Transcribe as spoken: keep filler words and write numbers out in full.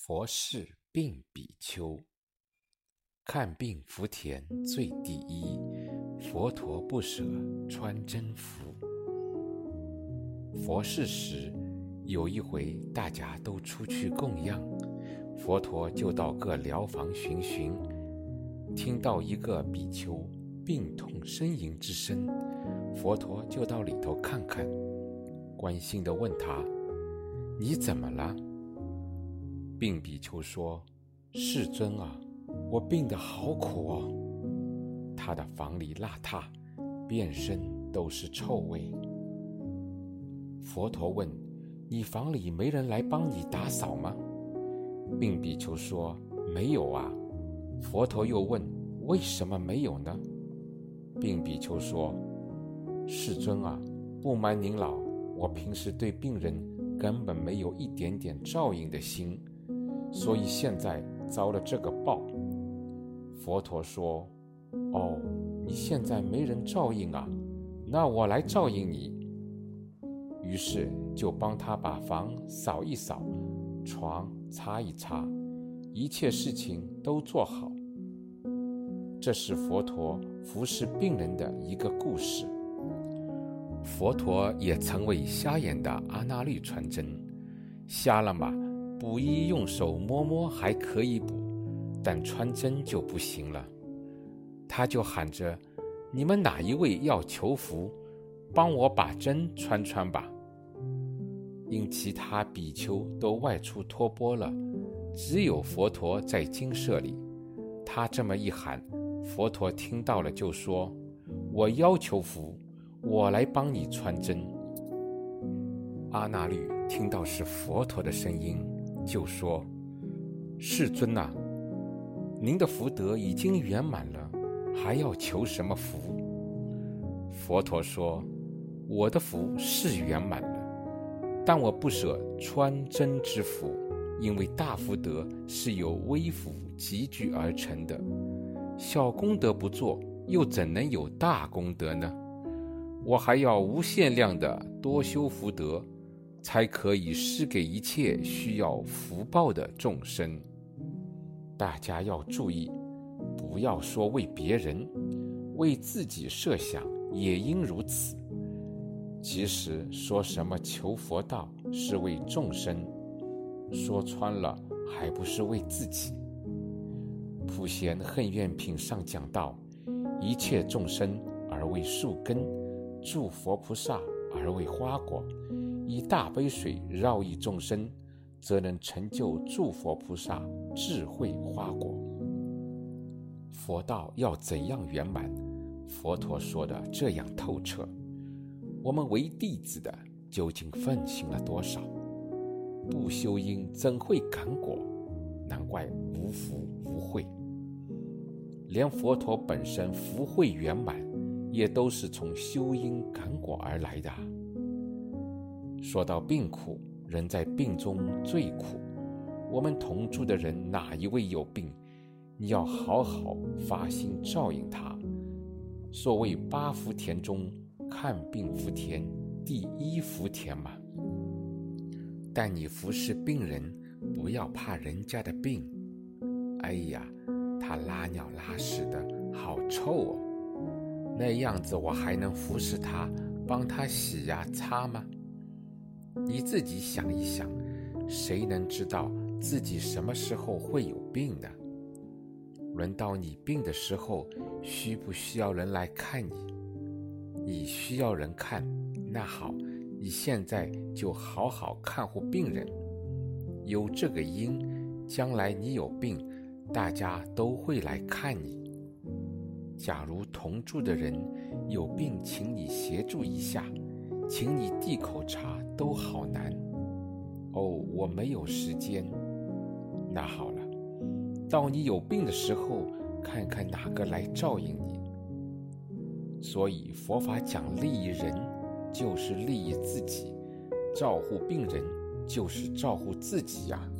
佛事病比丘，看病福田最第一，佛陀不舍穿真服。佛事时，有一回大家都出去供养，佛陀就到各疗房巡巡，听到一个比丘病痛呻吟之声，佛陀就到里头看看，关心地问他：你怎么了？病比丘说：世尊啊，我病得好苦哦。他的房里邋遢，遍身都是臭味。佛陀问：你房里没人来帮你打扫吗？病比丘说：没有啊。佛陀又问：为什么没有呢？病比丘说：世尊啊，不瞒您老，我平时对病人根本没有一点点照应的心，所以现在遭了这个报。佛陀说：哦，你现在没人照应啊，那我来照应你。于是就帮他把房扫一扫，床擦一擦，一切事情都做好。这是佛陀服侍病人的一个故事。佛陀也曾为瞎眼的阿那律传真，瞎了嘛，补衣用手摸摸还可以补，但穿针就不行了。他就喊着：你们哪一位要求福，帮我把针穿穿吧。因其他比丘都外出托钵了，只有佛陀在精舍里。他这么一喊，佛陀听到了就说：我要求福，我来帮你穿针。阿那律听到是佛陀的声音，就说：世尊啊，您的福德已经圆满了，还要求什么福？佛陀说：我的福是圆满了，但我不舍穿针之福，因为大福德是由微福集聚而成的，小功德不做，又怎能有大功德呢？我还要无限量的多修福德，才可以施给一切需要福报的众生。大家要注意，不要说为别人，为自己设想也应如此。即使说什么求佛道是为众生，说穿了还不是为自己。普贤恨愿品上讲到：一切众生而为树根，诸佛菩萨而为花果，以大杯水绕一众生，则能成就诸佛菩萨智慧花果。佛道要怎样圆满？佛陀说的这样透彻，我们为弟子的究竟奉行了多少？不修因怎会感果？难怪无福无慧。连佛陀本身福慧圆满，也都是从修因感果而来的。说到病苦，人在病中最苦。我们同住的人哪一位有病，你要好好发心照应他。所谓八福田中，看病福田第一福田嘛。但你服侍病人，不要怕人家的病。哎呀，他拉尿拉屎的好臭哦，那样子我还能服侍他，帮他洗呀擦吗？你自己想一想，谁能知道自己什么时候会有病呢？轮到你病的时候，需不需要人来看你？你需要人看，那好，你现在就好好看护病人。有这个因，将来你有病，大家都会来看你。假如同住的人有病，请你协助一下，请你递口茶都好难。哦，我没有时间。那好了，到你有病的时候，看看哪个来照应你。所以佛法讲利益人，就是利益自己；照护病人，就是照护自己呀。